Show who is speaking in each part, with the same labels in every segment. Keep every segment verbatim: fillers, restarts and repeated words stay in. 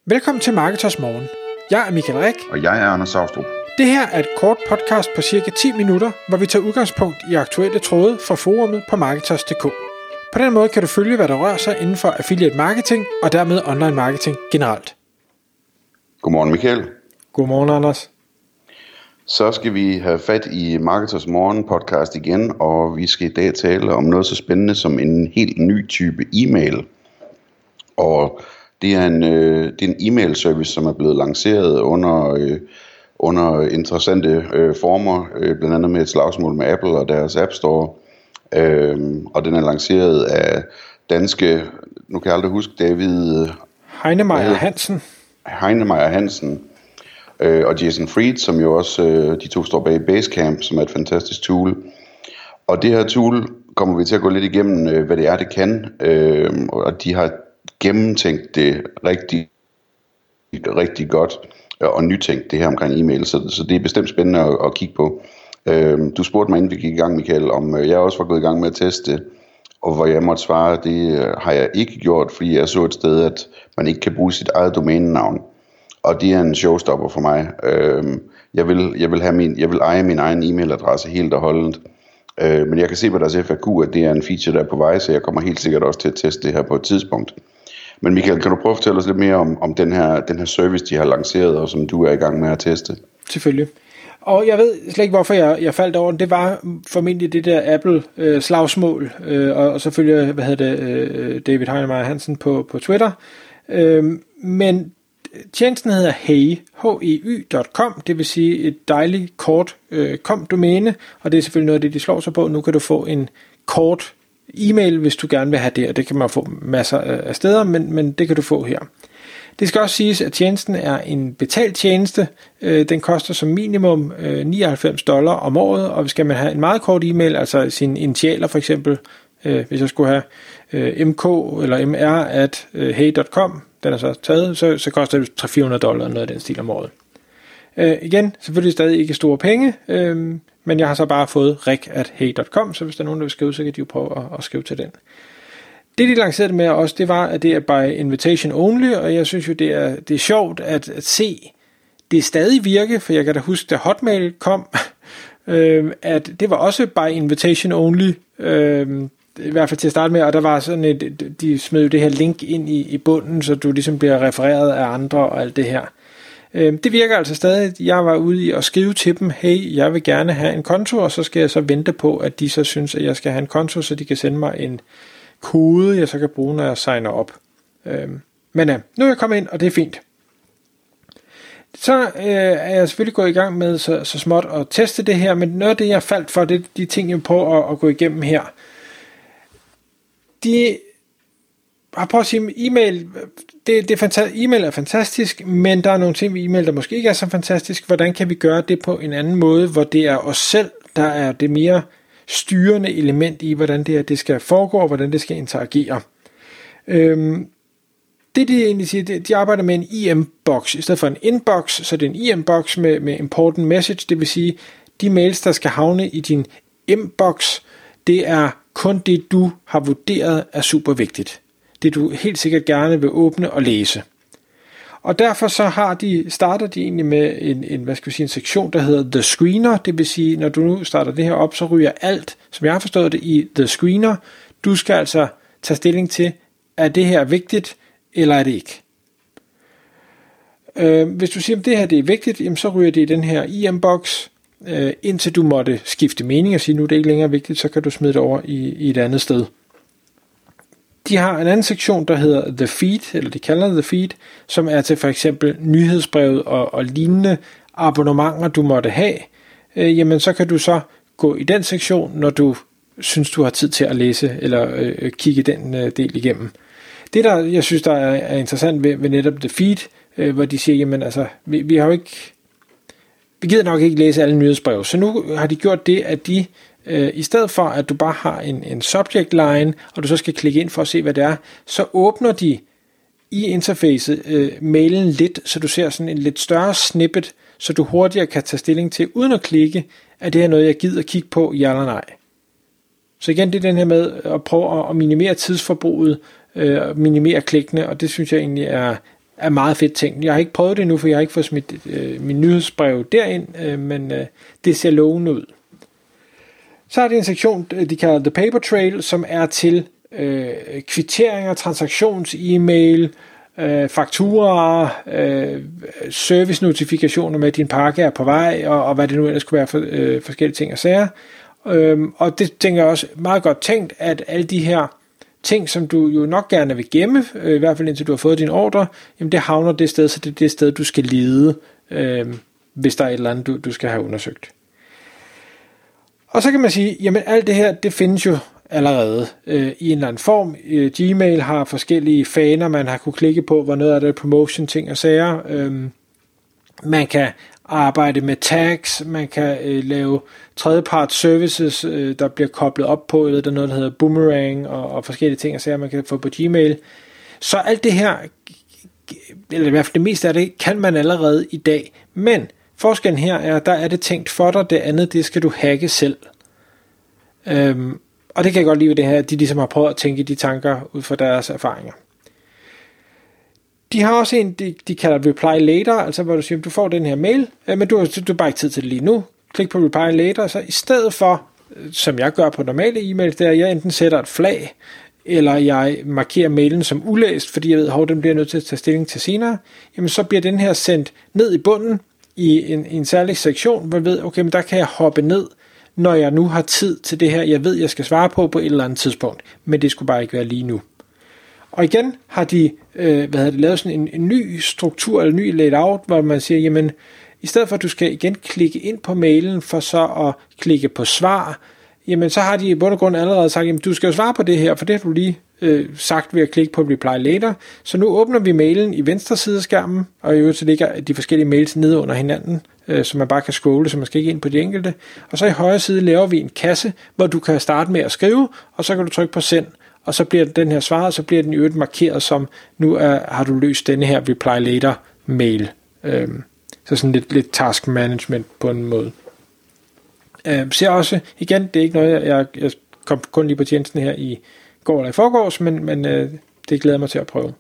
Speaker 1: Velkommen til Marketers Morgen. Jeg er Michael Rik.
Speaker 2: Og jeg er Anders Saustrup.
Speaker 1: Det her er et kort podcast på cirka ti minutter, hvor vi tager udgangspunkt i aktuelle tråde fra forumet på Marketers punktum d k. På den måde kan du følge, hvad der rører sig inden for affiliate marketing og dermed online marketing generelt.
Speaker 2: Godmorgen Michael.
Speaker 1: Godmorgen Anders.
Speaker 2: Så skal vi have fat i Marketers Morgen podcast igen, og vi skal i dag tale om noget så spændende som en helt ny type e-mail. Og det er en, øh, det er en e-mail service, som er blevet lanceret under, øh, under interessante øh, former, øh, blandt andet med et slagsmål med Apple og deres App Store. Øh, og den er lanceret af danske, nu kan jeg aldrig huske, David
Speaker 1: Heinemeier Hansen.
Speaker 2: Heinemeier Hansen øh, og Jason Fried, som jo også, øh, de to står bag Basecamp, som er et fantastisk tool. Og det her tool kommer vi til at gå lidt igennem, øh, hvad det er, det kan, øh, og de har gennemtænkt det rigtig, rigtig godt og nytænkt det her omkring e-mail, så, så det er bestemt spændende at, at kigge på. Øh, du spurgte mig, inden vi gik i gang, Michael, om jeg også var gået i gang med at teste, og hvor jeg måtte svare, det har jeg ikke gjort, fordi jeg så et sted, at man ikke kan bruge sit eget domænenavn, og det er en showstopper for mig. Øh, jeg, vil, jeg, vil have min, jeg vil eje min egen e-mailadresse helt og holdent. Øh, men jeg kan se på deres F A Q, at det er en feature, der er på vej, så jeg kommer helt sikkert også til at teste det her på et tidspunkt. Men Michael, kan du prøve at fortælle os lidt mere om, om den, her, den her service, de har lanceret, og som du er i gang med at teste?
Speaker 1: Selvfølgelig. Og jeg ved slet ikke, hvorfor jeg, jeg faldt over den. Det var formentlig det der Apple-slagsmål, øh, og, og selvfølgelig, hvad hedder det, øh, David Heinemeier Hansen på, på Twitter. Øh, men tjenesten hedder Hey, H E Y punktum com, det vil sige et dejligt kort øh, kom-domæne, og det er selvfølgelig noget af det, de slår sig på. Nu kan du få en kort e-mail, hvis du gerne vil have det, og det kan man få masser af steder, men, men det kan du få her. Det skal også siges, at tjenesten er en betalt tjeneste. Den koster som minimum nioghalvfems dollar om året, og skal man have en meget kort e-mail, altså sine initialer for eksempel, hvis jeg skulle have M K eller M R at hey punktum com, den er så taget, så, så koster det tre til fire hundrede dollar, noget af den stil om året. Igen, selvfølgelig stadig ikke store penge, men jeg har så bare fået rik at hey punktum com, så hvis der er nogen, der vil skrive, så kan de jo prøve at, at skrive til den. Det, de lancerede med også, det var, at det er by invitation only, og jeg synes jo, det er, det er sjovt at, at se, det stadig virke, for jeg kan da huske, da Hotmail kom, øh, at det var også by invitation only, øh, i hvert fald til at starte med, og der var sådan et, de smed jo det her link ind i, i bunden, så du ligesom bliver refereret af andre og alt det her. Øh, det virker altså stadig. Jeg var ude i at skrive til dem, hey, jeg vil gerne have en konto, og så skal jeg så vente på, at de så synes, at jeg skal have en konto, så de kan sende mig en kode, jeg så kan bruge, når jeg signer op. Øhm, men ja, nu er jeg kommet ind, og det er fint. Så øh, er jeg selvfølgelig gået i gang med så, så småt at teste det her, men noget af det, jeg faldt for, det er de ting, jeg prøver at, at gå igennem her. De har prøvet at sige, e-mail, det, det er fanta- e-mail er fantastisk, men der er nogle ting ved e-mail, der måske ikke er så fantastisk. Hvordan kan vi gøre det på en anden måde, hvor det er os selv, der er det mere styrende element i, hvordan det her det skal foregå, og hvordan det skal interagere. Øhm, det de egentlig siger, de, de arbejder med en I M-boks, i stedet for en inbox, så det er en I M-boks med, med important message, det vil sige, de mails, der skal havne i din inbox, det er kun det, du har vurderet er super vigtigt. Det du helt sikkert gerne vil åbne og læse. Og derfor så har de, starter de egentlig med en, en, hvad skal vi sige, en sektion, der hedder The Screener. Det vil sige, når du nu starter det her op, så ryger alt, som jeg har forstået det, i The Screener. Du skal altså tage stilling til, er det her vigtigt, eller er det ikke? Øh, hvis du siger, at det her det er vigtigt, jamen, så ryger det i den her I M-boks, øh, indtil du måtte skifte mening og sige, nu er det ikke længere vigtigt, så kan du smide det over i, i et andet sted. De har en anden sektion, der hedder The Feed, eller de kalder The Feed, som er til for eksempel nyhedsbrevet og, og lignende abonnementer, du måtte have. Øh, jamen, så kan du så gå i den sektion, når du synes, du har tid til at læse eller øh, kigge den øh, del igennem. Det, der jeg synes, der er, er interessant ved, ved netop The Feed, øh, hvor de siger, jamen altså, vi, vi har jo ikke, vi gider nok ikke læse alle nyhedsbrev, så nu har de gjort det, at de i stedet for at du bare har en, en subject line, og du så skal klikke ind for at se, hvad det er, så åbner de i interfacet øh, mailen lidt, så du ser sådan en lidt større snippet, så du hurtigere kan tage stilling til, uden at klikke, at det er noget, jeg gider kigge på, ja eller nej. Så igen, det er den her med at prøve at minimere tidsforbruget, øh, minimere klikkene, og det synes jeg egentlig er er meget fedt ting. Jeg har ikke prøvet det endnu, for jeg har ikke fået smidt øh, min nyhedsbrev derind, øh, men øh, det ser lovende ud. Så er det en sektion, de kalder The Paper Trail, som er til øh, kvitteringer, transaktions-e-mail, øh, fakturer, øh, service-notifikationer med, at din pakke er på vej, og, og hvad det nu ellers kunne være for øh, forskellige ting og sager. Øhm, og det tænker jeg også meget godt tænkt, at alle de her ting, som du jo nok gerne vil gemme, øh, i hvert fald indtil du har fået din ordre, jamen det havner det sted, så det er det sted, du skal lede, øh, hvis der er et eller andet, du, du skal have undersøgt. Og så kan man sige, jamen alt det her, det findes jo allerede øh, i en eller anden form. Øh, Gmail har forskellige faner, man har kunne klikke på, hvor noget af det er promotion, ting og sager. Øh, man kan arbejde med tags, man kan øh, lave tredjepart services, øh, der bliver koblet op på, eller der er noget, der hedder Boomerang, og, og forskellige ting og sager, man kan få på Gmail. Så alt det her, eller i hvert fald det meste af det, kan man allerede i dag. Men forskellen her er, der er det tænkt for dig, det andet, det skal du hacke selv. Øhm, og det kan jeg godt lide ved det her, at de ligesom har prøvet at tænke de tanker ud fra deres erfaringer. De har også en, de, de kalder reply later, altså hvor du siger, du får den her mail, øh, men du har, du har bare ikke tid til det lige nu. Klik på reply later, så i stedet for, som jeg gør på normale e-mails, det er, at jeg enten sætter et flag, eller jeg markerer mailen som ulæst, fordi jeg ved, at den bliver nødt til at tage stilling til senere, jamen så bliver den her sendt ned i bunden i en, i en særlig sektion, hvor jeg ved, okay, men der kan jeg hoppe ned, når jeg nu har tid til det her, jeg ved, jeg skal svare på på et eller andet tidspunkt, men det skulle bare ikke være lige nu. Og igen har de øh, hvad det, lavet sådan en, en ny struktur, eller en ny layout, hvor man siger, jamen, i stedet for at du skal igen klikke ind på mailen, for så at klikke på svar, jamen så har de i bund og grund allerede sagt, jamen du skal jo svare på det her, for det har du lige øh, sagt ved at klikke på reply later. Så nu åbner vi mailen i venstre side af skærmen, og i øvrigt så ligger de forskellige mails nede under hinanden, øh, så man bare kan scrolle, så man skal ikke ind på de enkelte. Og så i højre side laver vi en kasse, hvor du kan starte med at skrive, og så kan du trykke på send, og så bliver den her svaret, så bliver den i øvrigt markeret som, nu er, har du løst denne her reply later mail. Øh, så sådan lidt, lidt task management på en måde. Øh, ser også, igen, det er ikke noget, jeg, jeg kom kun lige på tjenesten her i går eller i forgårs, men, men øh, det glæder mig til at prøve.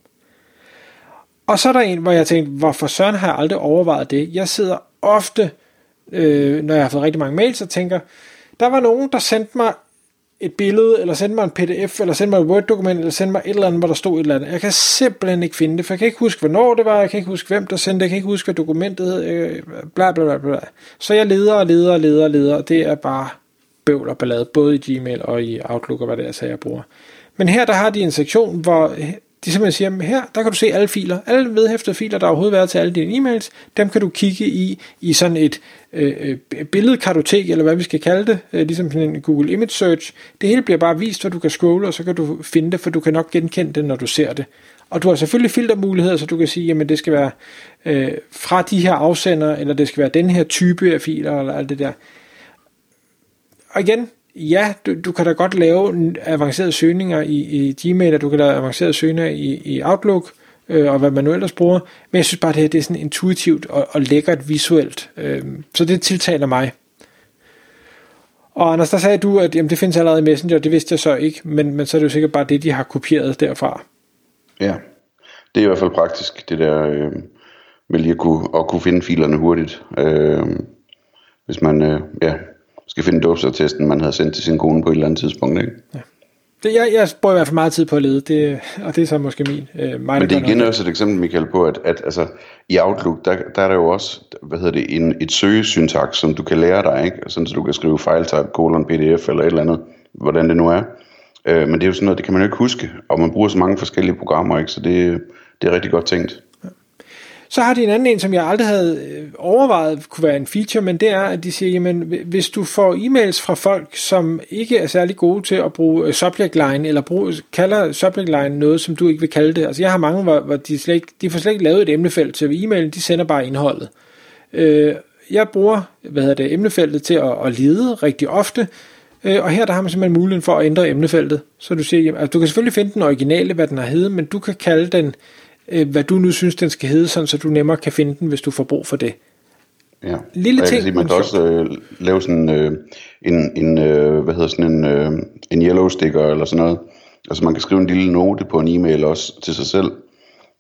Speaker 1: Og så er der en, hvor jeg tænkte, hvorfor søren har jeg aldrig overvejet det? Jeg sidder ofte, øh, når jeg har fået rigtig mange mails, og tænker, der var nogen, der sendte mig et billede, eller sendte mig en pdf, eller sendte mig et Word-dokument, eller sendte mig et eller andet, hvor der stod et eller andet. Jeg kan simpelthen ikke finde det, for jeg kan ikke huske, hvornår det var, jeg kan ikke huske, hvem der sendte det, jeg kan ikke huske, hvad dokumentet øh, bla, bla, bla, bla. Så jeg leder og leder og leder og leder, og det er bare bøvl og ballade, både i Gmail og i Outlook, og hvad det er, så jeg bruger. Men her, der har de en sektion, hvor de simpelthen siger, her, der kan du se alle filer, alle vedhæftede filer, der overhovedet været til alle dine e-mails, dem kan du kigge i, i sådan et øh, billedkartotek, eller hvad vi skal kalde det, øh, ligesom sådan en Google Image Search. Det hele bliver bare vist, hvor du kan scrolle, og så kan du finde det, for du kan nok genkende det, når du ser det. Og du har selvfølgelig filtermuligheder, så du kan sige, jamen det skal være øh, fra de her afsender, eller det skal være den her type af filer, eller alt det der. Og igen, ja, du, du kan da godt lave avancerede søgninger i, i Gmail, og du kan lave avancerede søgninger i, i Outlook, øh, og hvad man nu ellers bruger, men jeg synes bare, det her det er sådan intuitivt og, og lækkert visuelt, øh, så det tiltaler mig. Og Anders, der sagde du, at jamen, det findes allerede i Messenger, det vidste jeg så ikke, men, men så er det jo sikkert bare det, de har kopieret derfra.
Speaker 2: Ja, det er i hvert fald praktisk, det der øh, med lige at kunne, at kunne finde filerne hurtigt, øh, hvis man, øh, ja... skal finde dåbsattesten, man havde sendt til sin kone på et eller andet tidspunkt, ikke? Ja.
Speaker 1: Det, jeg, jeg bruger i hvert fald meget tid på at lede, det, og det er så måske min. Øh, mig,
Speaker 2: Men det er igen også et eksempel, Michael, på, at, at altså, i Outlook, der, der er der jo også, hvad hedder det, en, et søgesyntaks, som du kan lære dig, ikke? Sådan, så du kan skrive filetype, colon, pdf eller et eller andet, hvordan det nu er. Øh, men det er jo sådan noget, det kan man jo ikke huske, og man bruger så mange forskellige programmer, ikke? Så det, det er rigtig godt tænkt. Ja.
Speaker 1: Så har de en anden en, som jeg aldrig havde overvejet kunne være en feature, men det er, at de siger, jamen, hvis du får e-mails fra folk, som ikke er særlig gode til at bruge subject line, eller bruge, kalder subject line noget, som du ikke vil kalde det. Altså jeg har mange, hvor, hvor de, slet ikke, de får slet ikke lavet et emnefelt til e-mailen, de sender bare indholdet. Øh, jeg bruger, hvad hedder det, emnefeltet til at, at lede rigtig ofte, øh, og her der har man simpelthen muligheden for at ændre emnefeltet. Så du siger, jamen, altså, du kan selvfølgelig finde den originale, hvad den har heddet, men du kan kalde den hvad du nu synes, den skal hedde, sådan, så du nemmere kan finde den, hvis du får brug for det.
Speaker 2: Ja.
Speaker 1: Lille ting.
Speaker 2: Sige, man kan også øh, lave sådan øh, en, en øh, hvad hedder sådan en, øh, en yellow sticker eller sådan noget. Altså man kan skrive en lille note på en e-mail også til sig selv,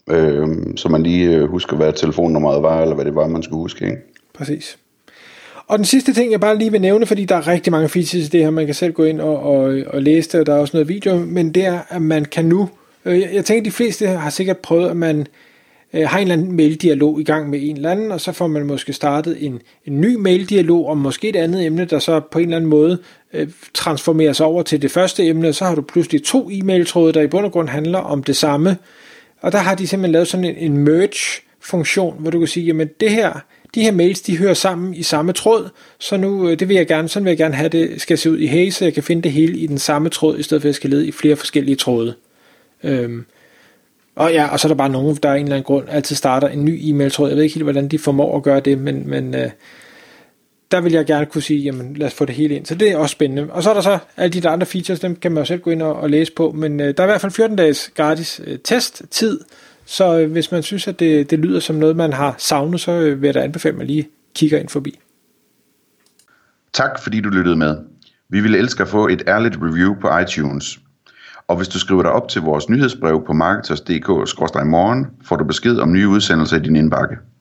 Speaker 2: øh, så man lige øh, husker, hvad telefonnummeret var, eller hvad det var, man skulle huske, ikke?
Speaker 1: Præcis. Og den sidste ting, jeg bare lige vil nævne, fordi der er rigtig mange features i det her, man kan selv gå ind og, og, og læse det, og der er også noget video, men det er, at man kan nu, øh, jeg tænker, de fleste har sikkert prøvet, at man øh, har en eller anden mail-dialog i gang med en eller anden, og så får man måske startet en, en ny mail-dialog om måske et andet emne, der så på en eller anden måde øh, transformeres over til det første emne, og så har du pludselig to e-mail-tråde, der i bund og grund handler om det samme, og der har de simpelthen lavet sådan en, en merge-funktion, hvor du kan sige, jamen det her, de her mails, de hører sammen i samme tråd, så nu, det vil jeg gerne, sådan vil jeg gerne have det, skal se ud i Hey, så jeg kan finde det hele i den samme tråd, i stedet for at jeg skal lede i flere forskellige tråde. Øhm, og ja, og så er der bare nogen, der af en eller anden grund altid starter en ny e-mail-tråd. Jeg ved ikke helt, hvordan de formår at gøre det, men, men øh, der vil jeg gerne kunne sige, jamen lad os få det hele ind. Så det er også spændende. Og så er der så alle de der andre features, dem kan man jo selv gå ind og, og læse på, men øh, der er i hvert fald fjorten dages gratis øh, testtid. Så øh, hvis man synes, at det, det lyder som noget, man har savnet, så øh, vil jeg da anbefale, at man lige kigger ind forbi.
Speaker 2: Tak fordi du lyttede med. Vi ville elske at få et ærligt review på iTunes. Og hvis du skriver dig op til vores nyhedsbrev på marketers punktum d k skråstreg morgen, får du besked om nye udsendelser i din indbakke.